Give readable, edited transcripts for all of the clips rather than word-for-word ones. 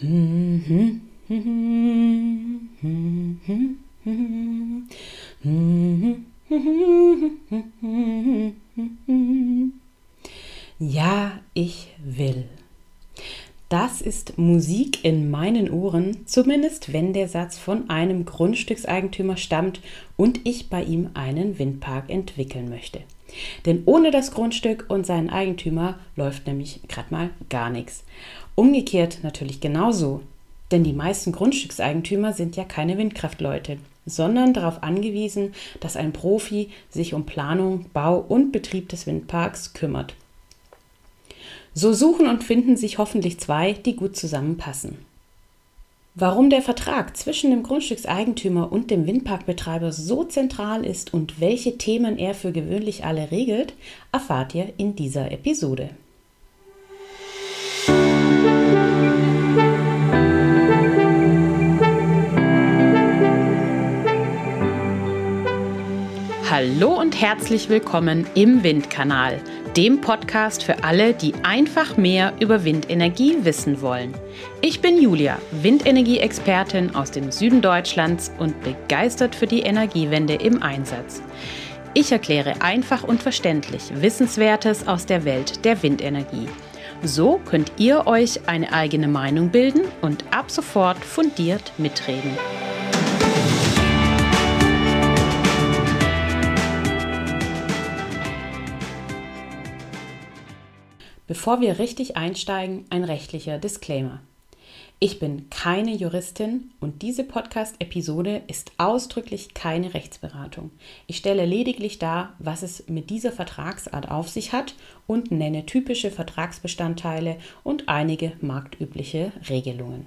Ja, ich will. Das ist Musik in meinen Ohren, zumindest wenn der Satz von einem Grundstückseigentümer stammt und ich bei ihm einen Windpark entwickeln möchte. Denn ohne das Grundstück und seinen Eigentümer läuft nämlich gerade mal gar nichts. Umgekehrt natürlich genauso, denn die meisten Grundstückseigentümer sind ja keine Windkraftleute, sondern darauf angewiesen, dass ein Profi sich um Planung, Bau und Betrieb des Windparks kümmert. So suchen und finden sich hoffentlich zwei, die gut zusammenpassen. Warum der Vertrag zwischen dem Grundstückseigentümer und dem Windparkbetreiber so zentral ist und welche Themen er für gewöhnlich alle regelt, erfahrt ihr in dieser Episode. Hallo und herzlich willkommen im Windkanal, dem Podcast für alle, die einfach mehr über Windenergie wissen wollen. Ich bin Julia, Windenergie-Expertin aus dem Süden Deutschlands und begeistert für die Energiewende im Einsatz. Ich erkläre einfach und verständlich Wissenswertes aus der Welt der Windenergie. So könnt ihr euch eine eigene Meinung bilden und ab sofort fundiert mitreden. Bevor wir richtig einsteigen, ein rechtlicher Disclaimer. Ich bin keine Juristin und diese Podcast-Episode ist ausdrücklich keine Rechtsberatung. Ich stelle lediglich dar, was es mit dieser Vertragsart auf sich hat und nenne typische Vertragsbestandteile und einige marktübliche Regelungen.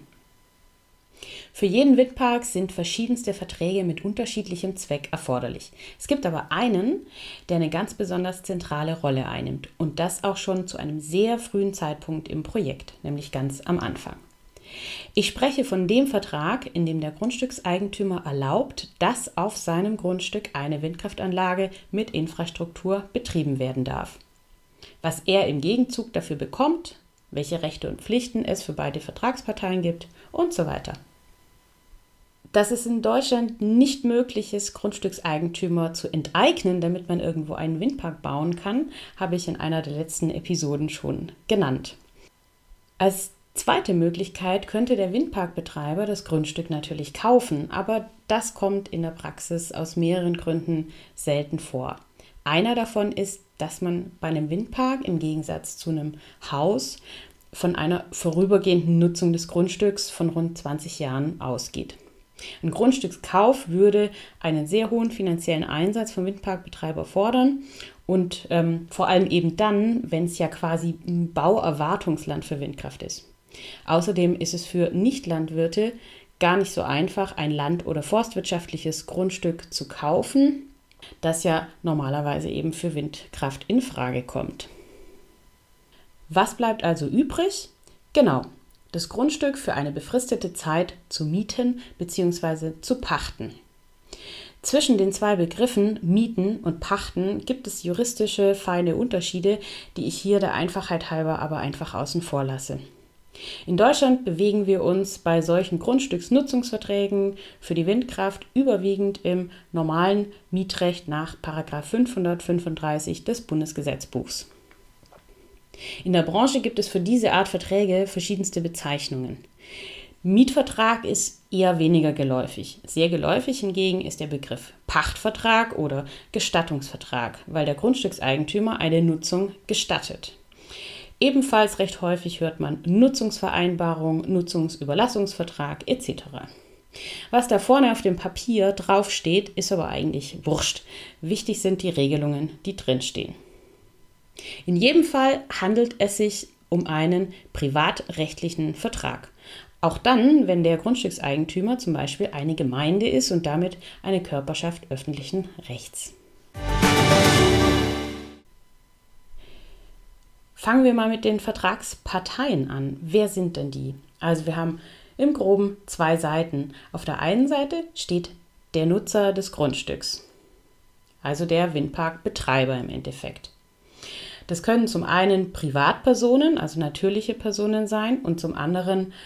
Für jeden Windpark sind verschiedenste Verträge mit unterschiedlichem Zweck erforderlich. Es gibt aber einen, der eine ganz besonders zentrale Rolle einnimmt und das auch schon zu einem sehr frühen Zeitpunkt im Projekt, nämlich ganz am Anfang. Ich spreche von dem Vertrag, in dem der Grundstückseigentümer erlaubt, dass auf seinem Grundstück eine Windkraftanlage mit Infrastruktur betrieben werden darf. Was er im Gegenzug dafür bekommt, welche Rechte und Pflichten es für beide Vertragsparteien gibt und so weiter. Dass es in Deutschland nicht möglich ist, Grundstückseigentümer zu enteignen, damit man irgendwo einen Windpark bauen kann, habe ich in einer der letzten Episoden schon genannt. Als zweite Möglichkeit könnte der Windparkbetreiber das Grundstück natürlich kaufen, aber das kommt in der Praxis aus mehreren Gründen selten vor. Einer davon ist, dass man bei einem Windpark im Gegensatz zu einem Haus von einer vorübergehenden Nutzung des Grundstücks von rund 20 Jahren ausgeht. Ein Grundstückskauf würde einen sehr hohen finanziellen Einsatz vom Windparkbetreiber fordern und vor allem eben dann, wenn es ja quasi ein Bauerwartungsland für Windkraft ist. Außerdem ist es für Nichtlandwirte gar nicht so einfach, ein land- oder forstwirtschaftliches Grundstück zu kaufen, das ja normalerweise eben für Windkraft in Frage kommt. Was bleibt also übrig? Genau, das Grundstück für eine befristete Zeit zu mieten bzw. zu pachten. Zwischen den zwei Begriffen Mieten und Pachten gibt es juristische feine Unterschiede, die ich hier der Einfachheit halber aber einfach außen vor lasse. In Deutschland bewegen wir uns bei solchen Grundstücksnutzungsverträgen für die Windkraft überwiegend im normalen Mietrecht nach § 535 des Bundesgesetzbuchs. In der Branche gibt es für diese Art Verträge verschiedenste Bezeichnungen. Mietvertrag ist eher weniger geläufig. Sehr geläufig hingegen ist der Begriff Pachtvertrag oder Gestattungsvertrag, weil der Grundstückseigentümer eine Nutzung gestattet. Ebenfalls recht häufig hört man Nutzungsvereinbarung, Nutzungsüberlassungsvertrag etc. Was da vorne auf dem Papier draufsteht, ist aber eigentlich wurscht. Wichtig sind die Regelungen, die drinstehen. In jedem Fall handelt es sich um einen privatrechtlichen Vertrag. Auch dann, wenn der Grundstückseigentümer zum Beispiel eine Gemeinde ist und damit eine Körperschaft öffentlichen Rechts. Fangen wir mal mit den Vertragsparteien an. Wer sind denn die? Also wir haben im Groben zwei Seiten. Auf der einen Seite steht der Nutzer des Grundstücks, also der Windparkbetreiber im Endeffekt. Das können zum einen Privatpersonen, also natürliche Personen sein und zum anderen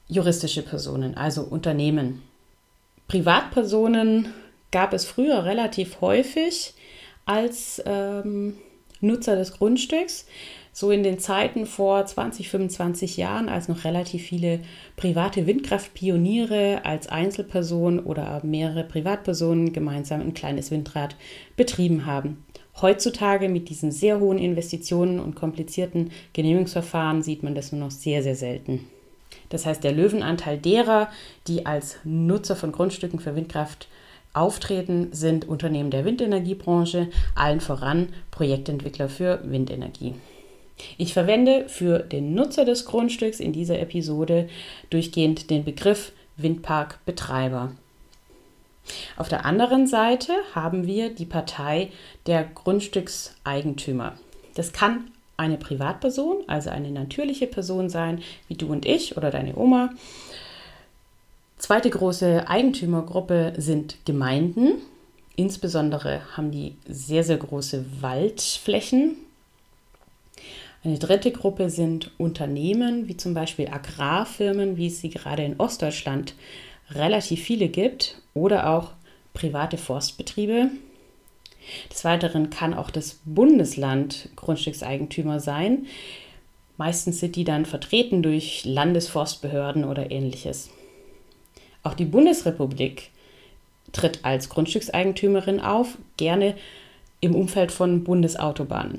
juristische Personen, also Unternehmen. Privatpersonen gab es früher relativ häufig als Nutzer des Grundstücks. So in den Zeiten vor 20, 25 Jahren, als noch relativ viele private Windkraftpioniere als Einzelperson oder mehrere Privatpersonen gemeinsam ein kleines Windrad betrieben haben. Heutzutage mit diesen sehr hohen Investitionen und komplizierten Genehmigungsverfahren sieht man das nur noch sehr, sehr selten. Das heißt, der Löwenanteil derer, die als Nutzer von Grundstücken für Windkraft auftreten, sind Unternehmen der Windenergiebranche, allen voran Projektentwickler für Windenergie. Ich verwende für den Nutzer des Grundstücks in dieser Episode durchgehend den Begriff Windparkbetreiber. Auf der anderen Seite haben wir die Partei der Grundstückseigentümer. Das kann eine Privatperson, also eine natürliche Person sein, wie du und ich oder deine Oma. Zweite große Eigentümergruppe sind Gemeinden. Insbesondere haben die sehr, sehr große Waldflächen. Eine dritte Gruppe sind Unternehmen, wie zum Beispiel Agrarfirmen, wie es sie gerade in Ostdeutschland relativ viele gibt, oder auch private Forstbetriebe. Des Weiteren kann auch das Bundesland Grundstückseigentümer sein. Meistens sind die dann vertreten durch Landesforstbehörden oder ähnliches. Auch die Bundesrepublik tritt als Grundstückseigentümerin auf, gerne im Umfeld von Bundesautobahnen.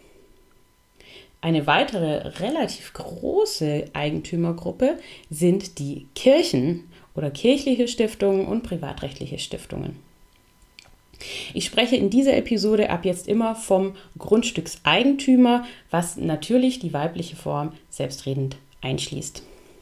Eine weitere relativ große Eigentümergruppe sind die Kirchen oder kirchliche Stiftungen und privatrechtliche Stiftungen. Ich spreche in dieser Episode ab jetzt immer vom Grundstückseigentümer, was natürlich die weibliche Form selbstredend einschließt.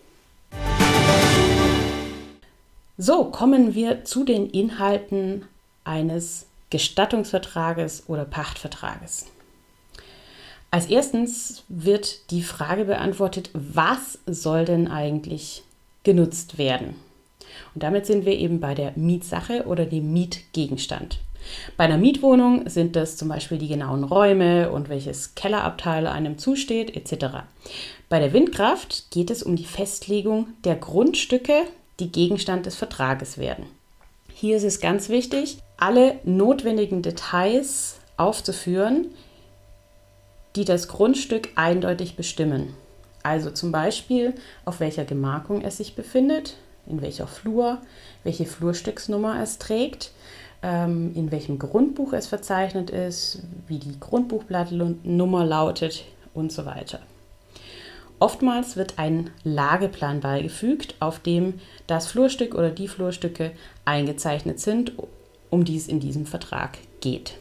So, kommen wir zu den Inhalten eines Gestattungsvertrages oder Pachtvertrages. Als erstens wird die Frage beantwortet, was soll denn eigentlich genutzt werden? Und damit sind wir eben bei der Mietsache oder dem Mietgegenstand. Bei einer Mietwohnung sind das zum Beispiel die genauen Räume und welches Kellerabteil einem zusteht etc. Bei der Windkraft geht es um die Festlegung der Grundstücke, die Gegenstand des Vertrages werden. Hier ist es ganz wichtig, alle notwendigen Details aufzuführen, die das Grundstück eindeutig bestimmen. Also zum Beispiel, auf welcher Gemarkung es sich befindet, in welcher Flur, welche Flurstücksnummer es trägt, in welchem Grundbuch es verzeichnet ist, wie die Grundbuchblattnummer lautet und so weiter. Oftmals wird ein Lageplan beigefügt, auf dem das Flurstück oder die Flurstücke eingezeichnet sind, um die es in diesem Vertrag geht.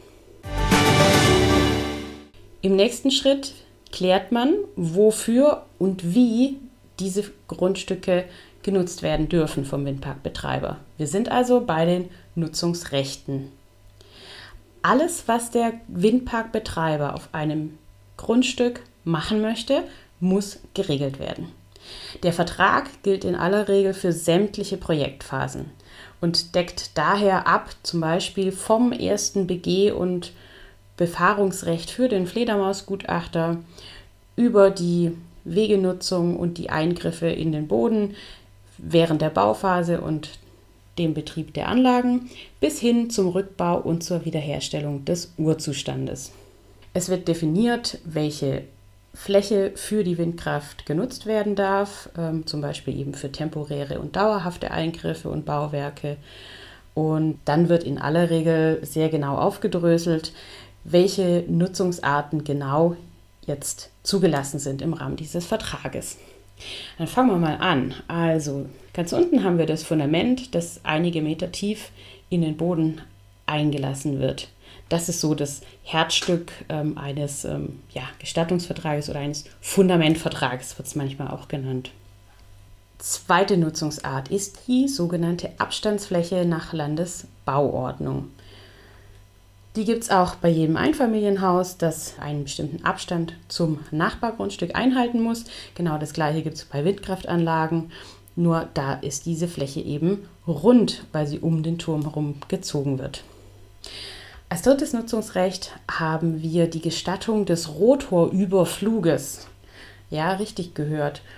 Im nächsten Schritt klärt man, wofür und wie diese Grundstücke genutzt werden dürfen vom Windparkbetreiber. Wir sind also bei den Nutzungsrechten. Alles, was der Windparkbetreiber auf einem Grundstück machen möchte, muss geregelt werden. Der Vertrag gilt in aller Regel für sämtliche Projektphasen und deckt daher ab, zum Beispiel vom ersten BG- und Befahrungsrecht für den Fledermausgutachter über die Wegenutzung und die Eingriffe in den Boden während der Bauphase und dem Betrieb der Anlagen bis hin zum Rückbau und zur Wiederherstellung des Urzustandes. Es wird definiert, welche Fläche für die Windkraft genutzt werden darf, zum Beispiel eben für temporäre und dauerhafte Eingriffe und Bauwerke. Und dann wird in aller Regel sehr genau aufgedröselt, welche Nutzungsarten genau jetzt zugelassen sind im Rahmen dieses Vertrages. Dann fangen wir mal an. Also ganz unten haben wir das Fundament, das einige Meter tief in den Boden eingelassen wird. Das ist so das Herzstück eines Gestattungsvertrages oder eines Fundamentvertrages, wird es manchmal auch genannt. Zweite Nutzungsart ist die sogenannte Abstandsfläche nach Landesbauordnung. Die gibt es auch bei jedem Einfamilienhaus, das einen bestimmten Abstand zum Nachbargrundstück einhalten muss. Genau das gleiche gibt es bei Windkraftanlagen, nur da ist diese Fläche eben rund, weil sie um den Turm herum gezogen wird. Als drittes Nutzungsrecht haben wir die Gestattung des Rotorüberfluges. Ja, richtig gehört.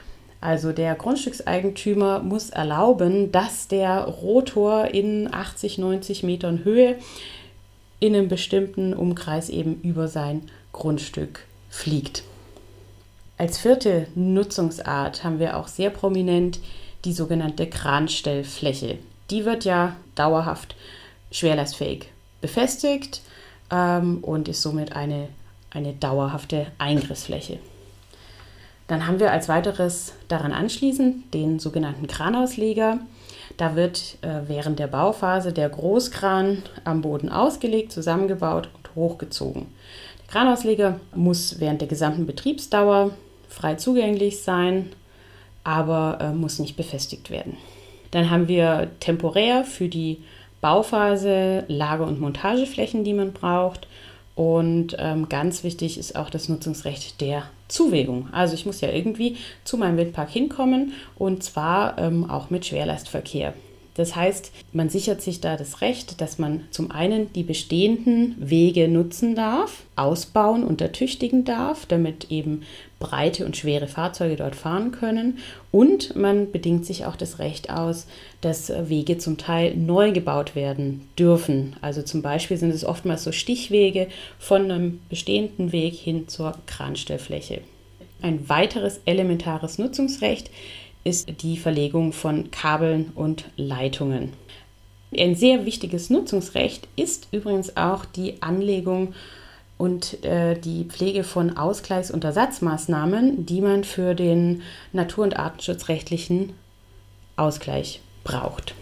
Also der Grundstückseigentümer muss erlauben, dass der Rotor in 80, 90 Metern Höhe in einem bestimmten Umkreis eben über sein Grundstück fliegt. Als vierte Nutzungsart haben wir auch sehr prominent die sogenannte Kranstellfläche. Die wird ja dauerhaft schwerlastfähig befestigt und ist somit eine dauerhafte Eingriffsfläche. Dann haben wir als weiteres daran anschließend den sogenannten Kranausleger. Da wird während der Bauphase der Großkran am Boden ausgelegt, zusammengebaut und hochgezogen. Der Kranausleger muss während der gesamten Betriebsdauer frei zugänglich sein, aber muss nicht befestigt werden. Dann haben wir temporär für die Bauphase Lager- und Montageflächen, die man braucht. Und ganz wichtig ist auch das Nutzungsrecht der Zuwägung. Also ich muss ja irgendwie zu meinem Windpark hinkommen und zwar auch mit Schwerlastverkehr. Das heißt, man sichert sich da das Recht, dass man zum einen die bestehenden Wege nutzen darf, ausbauen und ertüchtigen darf, damit eben breite und schwere Fahrzeuge dort fahren können. Und man bedingt sich auch das Recht aus, dass Wege zum Teil neu gebaut werden dürfen. Also zum Beispiel sind es oftmals so Stichwege von einem bestehenden Weg hin zur Kranstellfläche. Ein weiteres elementares Nutzungsrecht ist die Verlegung von Kabeln und Leitungen. Ein sehr wichtiges Nutzungsrecht ist übrigens auch die Anlegung und die Pflege von Ausgleichs- und Ersatzmaßnahmen, die man für den natur- und artenschutzrechtlichen Ausgleich braucht.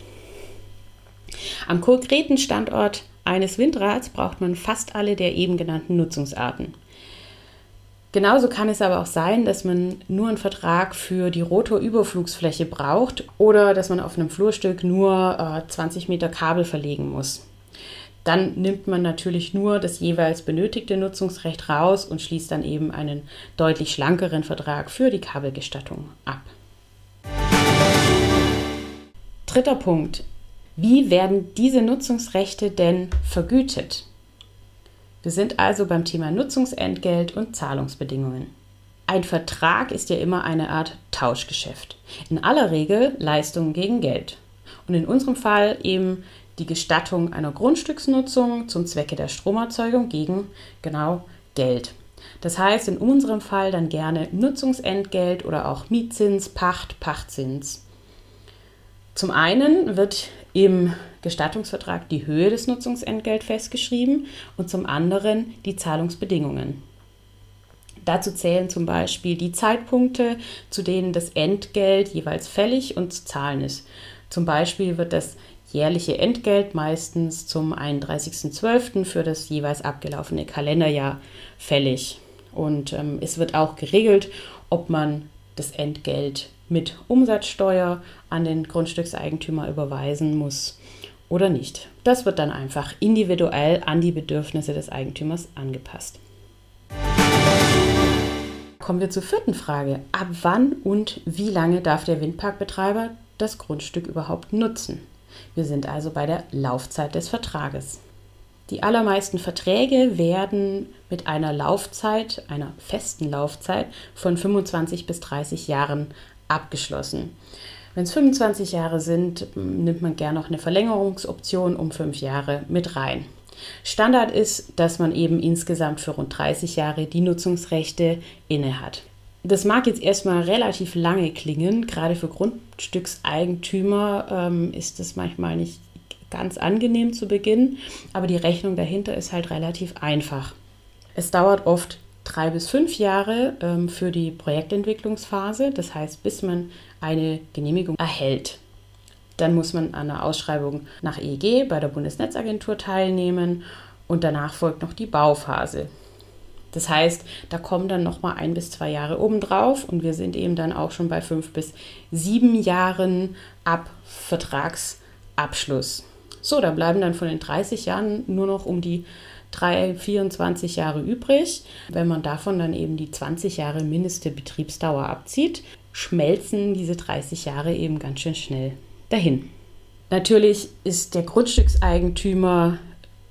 Am konkreten Standort eines Windrads braucht man fast alle der eben genannten Nutzungsarten. Genauso kann es aber auch sein, dass man nur einen Vertrag für die Rotorüberflugsfläche braucht oder dass man auf einem Flurstück nur 20 Meter Kabel verlegen muss. Dann nimmt man natürlich nur das jeweils benötigte Nutzungsrecht raus und schließt dann eben einen deutlich schlankeren Vertrag für die Kabelgestattung ab. Dritter Punkt. Wie werden diese Nutzungsrechte denn vergütet? Wir sind also beim Thema Nutzungsentgelt und Zahlungsbedingungen. Ein Vertrag ist ja immer eine Art Tauschgeschäft. In aller Regel Leistung gegen Geld. Und in unserem Fall eben die Gestattung einer Grundstücksnutzung zum Zwecke der Stromerzeugung gegen genau Geld. Das heißt in unserem Fall dann gerne Nutzungsentgelt oder auch Mietzins, Pacht, Pachtzins. Zum einen wird im Gestattungsvertrag die Höhe des Nutzungsentgelts festgeschrieben und zum anderen die Zahlungsbedingungen. Dazu zählen zum Beispiel die Zeitpunkte, zu denen das Entgelt jeweils fällig und zu zahlen ist. Zum Beispiel wird das jährliche Entgelt meistens zum 31.12. für das jeweils abgelaufene Kalenderjahr fällig. Und es wird auch geregelt, ob man das Entgelt mit Umsatzsteuer an den Grundstückseigentümer überweisen muss oder nicht. Das wird dann einfach individuell an die Bedürfnisse des Eigentümers angepasst. Kommen wir zur vierten Frage. Ab wann und wie lange darf der Windparkbetreiber das Grundstück überhaupt nutzen? Wir sind also bei der Laufzeit des Vertrages. Die allermeisten Verträge werden mit einer Laufzeit, einer festen Laufzeit von 25 bis 30 Jahren abgeschlossen. Wenn es 25 Jahre sind, nimmt man gerne noch eine Verlängerungsoption um 5 Jahre mit rein. Standard ist, dass man eben insgesamt für rund 30 Jahre die Nutzungsrechte inne hat. Das mag jetzt erstmal relativ lange klingen, gerade für Grundstückseigentümer ist es manchmal nicht ganz angenehm zu Beginn, aber die Rechnung dahinter ist halt relativ einfach. Es dauert oft 3 bis 5 Jahre für die Projektentwicklungsphase, das heißt, bis man eine Genehmigung erhält. Dann muss man an einer Ausschreibung nach EEG bei der Bundesnetzagentur teilnehmen und danach folgt noch die Bauphase. Das heißt, da kommen dann nochmal 1 bis 2 Jahre obendrauf und wir sind eben dann auch schon bei 5 bis 7 Jahren ab Vertragsabschluss. So, da bleiben dann von den 30 Jahren nur noch um die 24 Jahre übrig. Wenn man davon dann eben die 20 Jahre mindeste Betriebsdauer abzieht, schmelzen diese 30 Jahre eben ganz schön schnell dahin. Natürlich ist der Grundstückseigentümer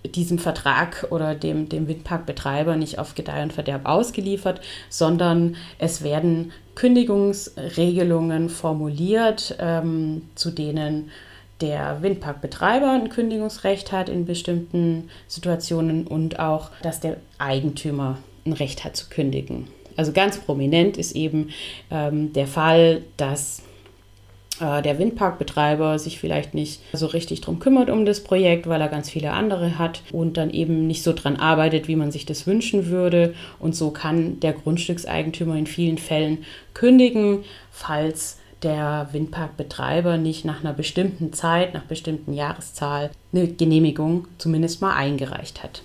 diesem Vertrag oder dem Windparkbetreiber nicht auf Gedeih und Verderb ausgeliefert, sondern es werden Kündigungsregelungen formuliert, zu denen der Windparkbetreiber ein Kündigungsrecht hat in bestimmten Situationen und auch, dass der Eigentümer ein Recht hat zu kündigen. Also ganz prominent ist eben der Fall, dass der Windparkbetreiber sich vielleicht nicht so richtig drum kümmert um das Projekt, weil er ganz viele andere hat und dann eben nicht so dran arbeitet, wie man sich das wünschen würde. Und so kann der Grundstückseigentümer in vielen Fällen kündigen, falls der Windparkbetreiber nicht nach einer bestimmten Zeit, nach bestimmten Jahreszahl eine Genehmigung zumindest mal eingereicht hat.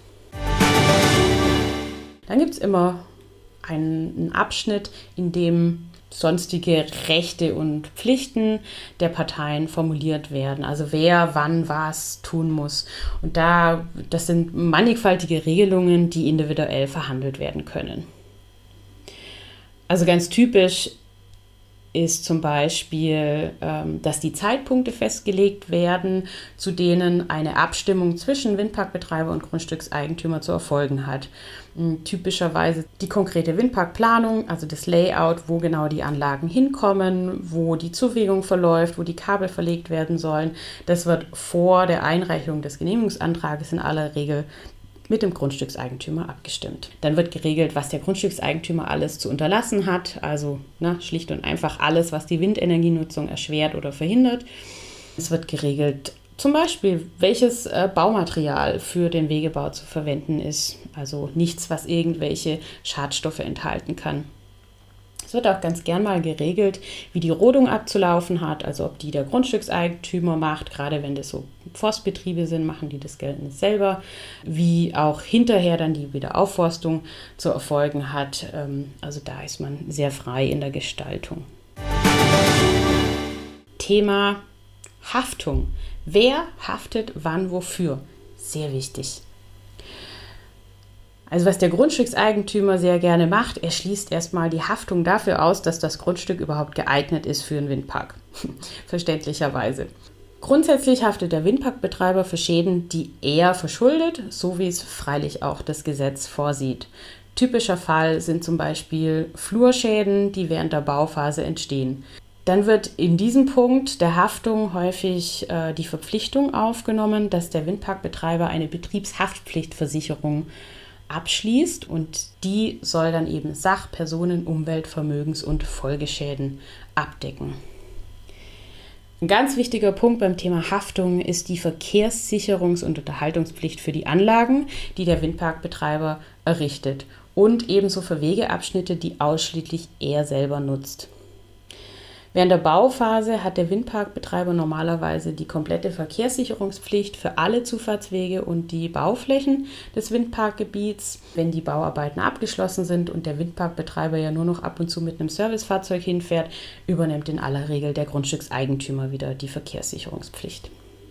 Dann gibt es immer einen Abschnitt, in dem sonstige Rechte und Pflichten der Parteien formuliert werden. Also wer wann was tun muss. Und das sind mannigfaltige Regelungen, die individuell verhandelt werden können. Also ganz typisch ist zum Beispiel, dass die Zeitpunkte festgelegt werden, zu denen eine Abstimmung zwischen Windparkbetreiber und Grundstückseigentümer zu erfolgen hat. Typischerweise die konkrete Windparkplanung, also das Layout, wo genau die Anlagen hinkommen, wo die Zuwegung verläuft, wo die Kabel verlegt werden sollen. Das wird vor der Einreichung des Genehmigungsantrages in aller Regel mit dem Grundstückseigentümer abgestimmt. Dann wird geregelt, was der Grundstückseigentümer alles zu unterlassen hat, also schlicht und einfach alles, was die Windenergienutzung erschwert oder verhindert. Es wird geregelt, zum Beispiel, welches Baumaterial für den Wegebau zu verwenden ist, also nichts, was irgendwelche Schadstoffe enthalten kann. Es wird auch ganz gern mal geregelt, wie die Rodung abzulaufen hat, also ob die der Grundstückseigentümer macht, gerade wenn das so Forstbetriebe sind, machen die das Gelände selber, wie auch hinterher dann die Wiederaufforstung zu erfolgen hat. Also da ist man sehr frei in der Gestaltung. Thema Haftung. Wer haftet wann wofür? Sehr wichtig. Also was der Grundstückseigentümer sehr gerne macht, er schließt erstmal die Haftung dafür aus, dass das Grundstück überhaupt geeignet ist für einen Windpark. Verständlicherweise. Grundsätzlich haftet der Windparkbetreiber für Schäden, die er verschuldet, so wie es freilich auch das Gesetz vorsieht. Typischer Fall sind zum Beispiel Flurschäden, die während der Bauphase entstehen. Dann wird in diesem Punkt der Haftung häufig die Verpflichtung aufgenommen, dass der Windparkbetreiber eine Betriebshaftpflichtversicherung abschließt und die soll dann eben Sach-, Personen-, Umwelt-, Vermögens- und Folgeschäden abdecken. Ein ganz wichtiger Punkt beim Thema Haftung ist die Verkehrssicherungs- und Unterhaltungspflicht für die Anlagen, die der Windparkbetreiber errichtet und ebenso für Wegeabschnitte, die ausschließlich er selber nutzt. Während der Bauphase hat der Windparkbetreiber normalerweise die komplette Verkehrssicherungspflicht für alle Zufahrtswege und die Bauflächen des Windparkgebiets. Wenn die Bauarbeiten abgeschlossen sind und der Windparkbetreiber ja nur noch ab und zu mit einem Servicefahrzeug hinfährt, übernimmt in aller Regel der Grundstückseigentümer wieder die Verkehrssicherungspflicht.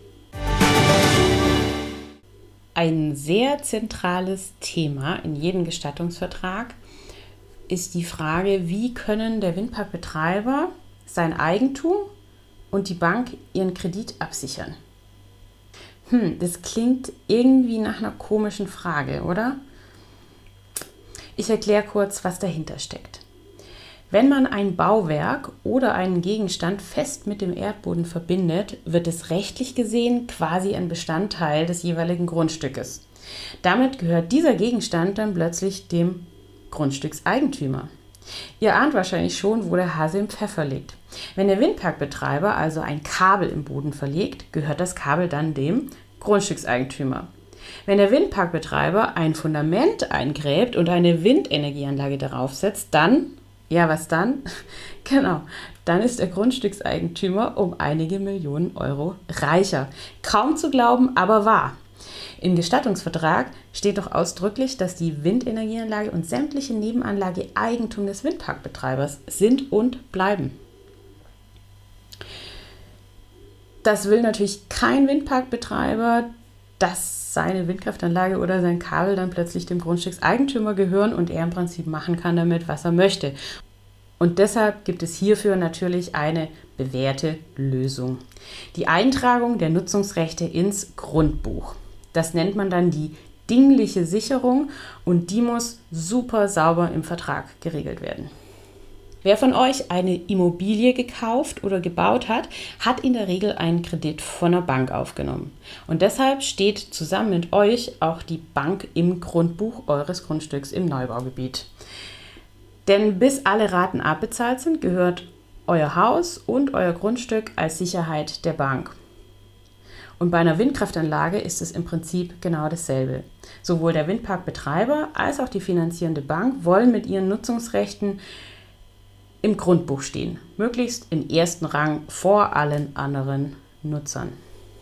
Ein sehr zentrales Thema in jedem Gestattungsvertrag ist die Frage, wie können der Windparkbetreiber sein Eigentum und die Bank ihren Kredit absichern. Das klingt irgendwie nach einer komischen Frage, oder? Ich erkläre kurz, was dahinter steckt. Wenn man ein Bauwerk oder einen Gegenstand fest mit dem Erdboden verbindet, wird es rechtlich gesehen quasi ein Bestandteil des jeweiligen Grundstückes. Damit gehört dieser Gegenstand dann plötzlich dem Grundstückseigentümer. Ihr ahnt wahrscheinlich schon, wo der Hase im Pfeffer liegt. Wenn der Windparkbetreiber also ein Kabel im Boden verlegt, gehört das Kabel dann dem Grundstückseigentümer. Wenn der Windparkbetreiber ein Fundament eingräbt und eine Windenergieanlage darauf setzt, dann, ja was dann? Genau, dann ist der Grundstückseigentümer um einige Millionen Euro reicher. Kaum zu glauben, aber wahr. Im Gestattungsvertrag steht doch ausdrücklich, dass die Windenergieanlage und sämtliche Nebenanlage Eigentum des Windparkbetreibers sind und bleiben. Das will natürlich kein Windparkbetreiber, dass seine Windkraftanlage oder sein Kabel dann plötzlich dem Grundstückseigentümer gehören und er im Prinzip machen kann damit, was er möchte. Und deshalb gibt es hierfür natürlich eine bewährte Lösung. Die Eintragung der Nutzungsrechte ins Grundbuch. Das nennt man dann die dingliche Sicherung und die muss super sauber im Vertrag geregelt werden. Wer von euch eine Immobilie gekauft oder gebaut hat, hat in der Regel einen Kredit von der Bank aufgenommen. Und deshalb steht zusammen mit euch auch die Bank im Grundbuch eures Grundstücks im Neubaugebiet. Denn bis alle Raten abbezahlt sind, gehört euer Haus und euer Grundstück als Sicherheit der Bank. Und bei einer Windkraftanlage ist es im Prinzip genau dasselbe. Sowohl der Windparkbetreiber als auch die finanzierende Bank wollen mit ihren Nutzungsrechten im Grundbuch stehen, möglichst im ersten Rang vor allen anderen Nutzern.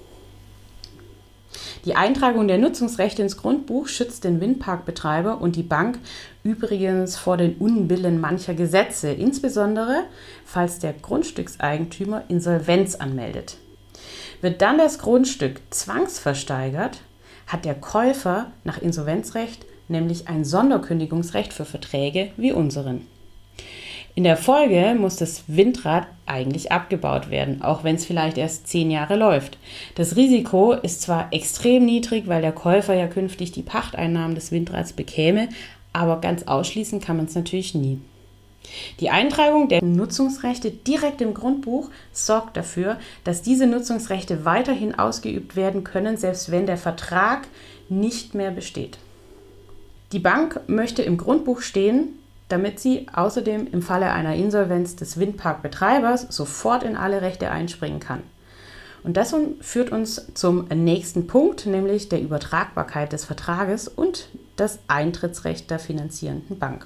Die Eintragung der Nutzungsrechte ins Grundbuch schützt den Windparkbetreiber und die Bank übrigens vor den Unbillen mancher Gesetze, insbesondere falls der Grundstückseigentümer Insolvenz anmeldet. Wird dann das Grundstück zwangsversteigert, hat der Käufer nach Insolvenzrecht nämlich ein Sonderkündigungsrecht für Verträge wie unseren. In der Folge muss das Windrad eigentlich abgebaut werden, auch wenn es vielleicht erst 10 Jahre läuft. Das Risiko ist zwar extrem niedrig, weil der Käufer ja künftig die Pachteinnahmen des Windrads bekäme, aber ganz ausschließen kann man es natürlich nie. Die Eintragung der Nutzungsrechte direkt im Grundbuch sorgt dafür, dass diese Nutzungsrechte weiterhin ausgeübt werden können, selbst wenn der Vertrag nicht mehr besteht. Die Bank möchte im Grundbuch stehen, damit sie außerdem im Falle einer Insolvenz des Windparkbetreibers sofort in alle Rechte einspringen kann. Und das führt uns zum nächsten Punkt, nämlich der Übertragbarkeit des Vertrages und das Eintrittsrecht der finanzierenden Bank.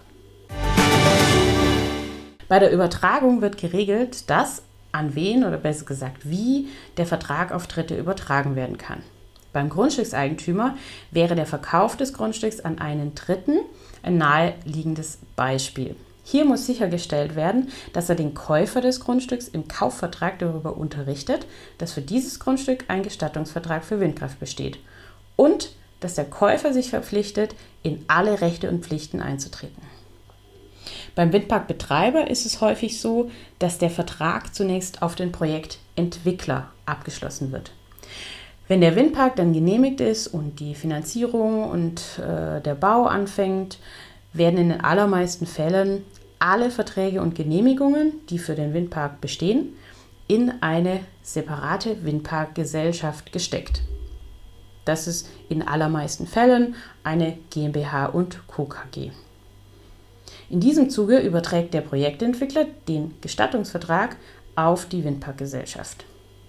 Bei der Übertragung wird geregelt, dass an wen oder besser gesagt wie der Vertrag auf Dritte übertragen werden kann. Beim Grundstückseigentümer wäre der Verkauf des Grundstücks an einen Dritten ein naheliegendes Beispiel. Hier muss sichergestellt werden, dass er den Käufer des Grundstücks im Kaufvertrag darüber unterrichtet, dass für dieses Grundstück ein Gestattungsvertrag für Windkraft besteht und dass der Käufer sich verpflichtet, in alle Rechte und Pflichten einzutreten. Beim Windparkbetreiber ist es häufig so, dass der Vertrag zunächst auf den Projektentwickler abgeschlossen wird. Wenn der Windpark dann genehmigt ist und die Finanzierung und der Bau anfängt, werden in den allermeisten Fällen alle Verträge und Genehmigungen, die für den Windpark bestehen, in eine separate Windparkgesellschaft gesteckt. Das ist in allermeisten Fällen eine GmbH und Co. KG. In diesem Zuge überträgt der Projektentwickler den Gestattungsvertrag auf die Windparkgesellschaft.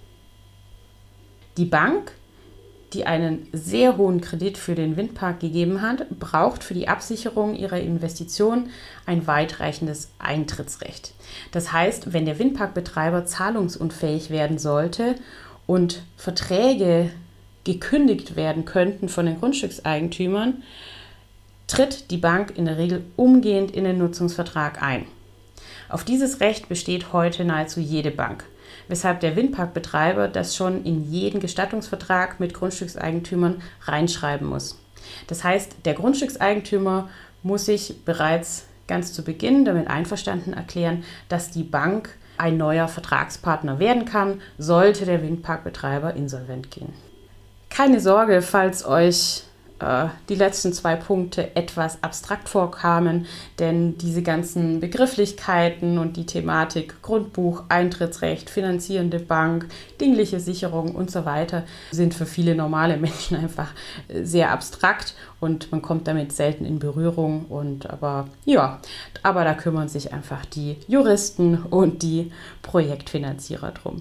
Die Bank, die einen sehr hohen Kredit für den Windpark gegeben hat, braucht für die Absicherung ihrer Investition ein weitreichendes Eintrittsrecht. Das heißt, wenn der Windparkbetreiber zahlungsunfähig werden sollte und Verträge gekündigt werden könnten von den Grundstückseigentümern, tritt die Bank in der Regel umgehend in den Nutzungsvertrag ein. Auf dieses Recht besteht heute nahezu jede Bank, weshalb der Windparkbetreiber das schon in jeden Gestattungsvertrag mit Grundstückseigentümern reinschreiben muss. Das heißt, der Grundstückseigentümer muss sich bereits ganz zu Beginn damit einverstanden erklären, dass die Bank ein neuer Vertragspartner werden kann, sollte der Windparkbetreiber insolvent gehen. Keine Sorge, falls euch die letzten 2 Punkte etwas abstrakt vorkamen, denn diese ganzen Begrifflichkeiten und die Thematik Grundbuch, Eintrittsrecht, finanzierende Bank, dingliche Sicherung und so weiter sind für viele normale Menschen einfach sehr abstrakt und man kommt damit selten in Berührung. Aber da kümmern sich einfach die Juristen und die Projektfinanzierer drum.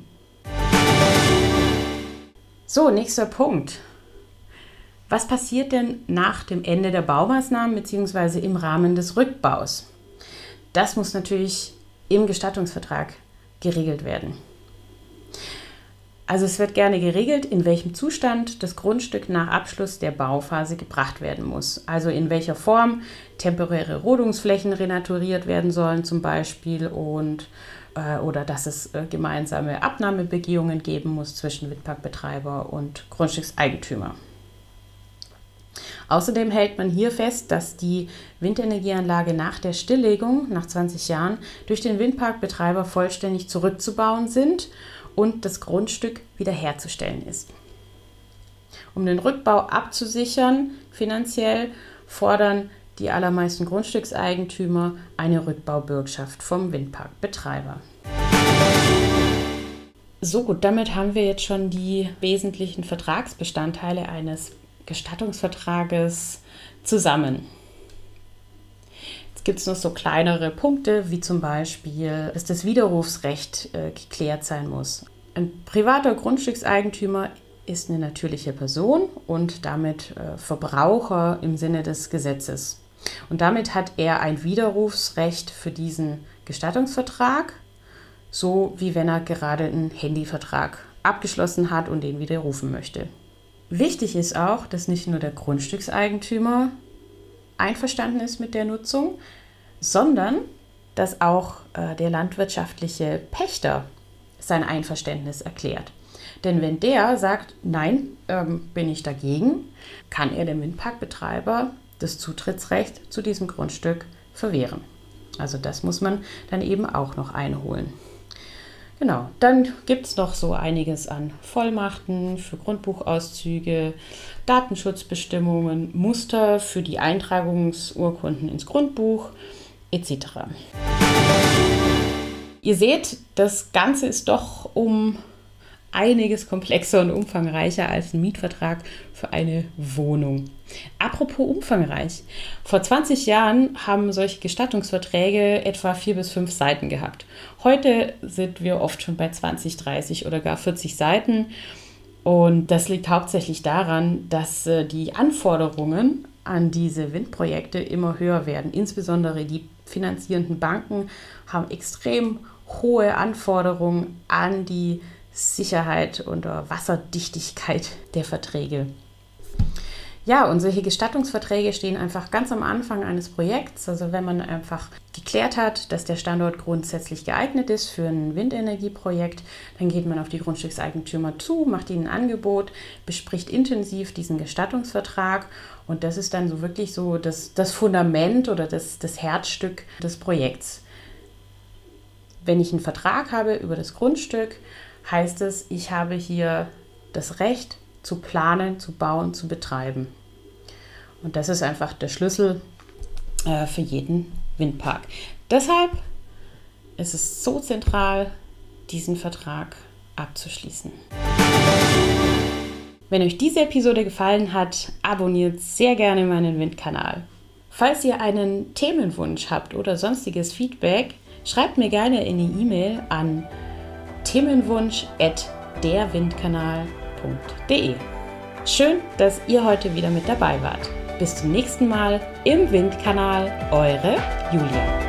So, nächster Punkt. Was passiert denn nach dem Ende der Baumaßnahmen bzw. im Rahmen des Rückbaus? Das muss natürlich im Gestattungsvertrag geregelt werden. Also es wird gerne geregelt, in welchem Zustand das Grundstück nach Abschluss der Bauphase gebracht werden muss. Also in welcher Form temporäre Rodungsflächen renaturiert werden sollen zum Beispiel oder dass es gemeinsame Abnahmebegehungen geben muss zwischen Windparkbetreiber und Grundstückseigentümer. Außerdem hält man hier fest, dass die Windenergieanlage nach der Stilllegung, nach 20 Jahren, durch den Windparkbetreiber vollständig zurückzubauen sind und das Grundstück wiederherzustellen ist. Um den Rückbau abzusichern, finanziell, fordern die allermeisten Grundstückseigentümer eine Rückbaubürgschaft vom Windparkbetreiber. So gut, damit haben wir jetzt schon die wesentlichen Vertragsbestandteile eines Gestattungsvertrages zusammen. Jetzt gibt es noch so kleinere Punkte, wie zum Beispiel, dass das Widerrufsrecht geklärt sein muss. Ein privater Grundstückseigentümer ist eine natürliche Person und damit Verbraucher im Sinne des Gesetzes. Und damit hat er ein Widerrufsrecht für diesen Gestattungsvertrag, so wie wenn er gerade einen Handyvertrag abgeschlossen hat und den widerrufen möchte. Wichtig ist auch, dass nicht nur der Grundstückseigentümer einverstanden ist mit der Nutzung, sondern dass auch der landwirtschaftliche Pächter sein Einverständnis erklärt. Denn wenn der sagt, nein, bin ich dagegen, kann er dem Windparkbetreiber das Zutrittsrecht zu diesem Grundstück verwehren. Also das muss man dann eben auch noch einholen. Genau, dann gibt es noch so einiges an Vollmachten für Grundbuchauszüge, Datenschutzbestimmungen, Muster für die Eintragungsurkunden ins Grundbuch etc. Ihr seht, das Ganze ist doch um einiges komplexer und umfangreicher als ein Mietvertrag für eine Wohnung. Apropos umfangreich. Vor 20 Jahren haben solche Gestattungsverträge etwa 4 bis 5 Seiten gehabt. Heute sind wir oft schon bei 20, 30 oder gar 40 Seiten. Und das liegt hauptsächlich daran, dass die Anforderungen an diese Windprojekte immer höher werden. Insbesondere die finanzierenden Banken haben extrem hohe Anforderungen an die Sicherheit und Wasserdichtigkeit der Verträge. Ja, und solche Gestattungsverträge stehen einfach ganz am Anfang eines Projekts. Also wenn man einfach geklärt hat, dass der Standort grundsätzlich geeignet ist für ein Windenergieprojekt, dann geht man auf die Grundstückseigentümer zu, macht ihnen ein Angebot, bespricht intensiv diesen Gestattungsvertrag und das ist dann so wirklich so das Fundament oder das Herzstück des Projekts. Wenn ich einen Vertrag habe über das Grundstück, heißt es, ich habe hier das Recht zu planen, zu bauen, zu betreiben. Und das ist einfach der Schlüssel für jeden Windpark. Deshalb ist es so zentral, diesen Vertrag abzuschließen. Wenn euch diese Episode gefallen hat, abonniert sehr gerne meinen Windkanal. Falls ihr einen Themenwunsch habt oder sonstiges Feedback, schreibt mir gerne in die E-Mail an themenwunsch@derwindkanal.de. Schön, dass ihr heute wieder mit dabei wart. Bis zum nächsten Mal im Windkanal, eure Julia.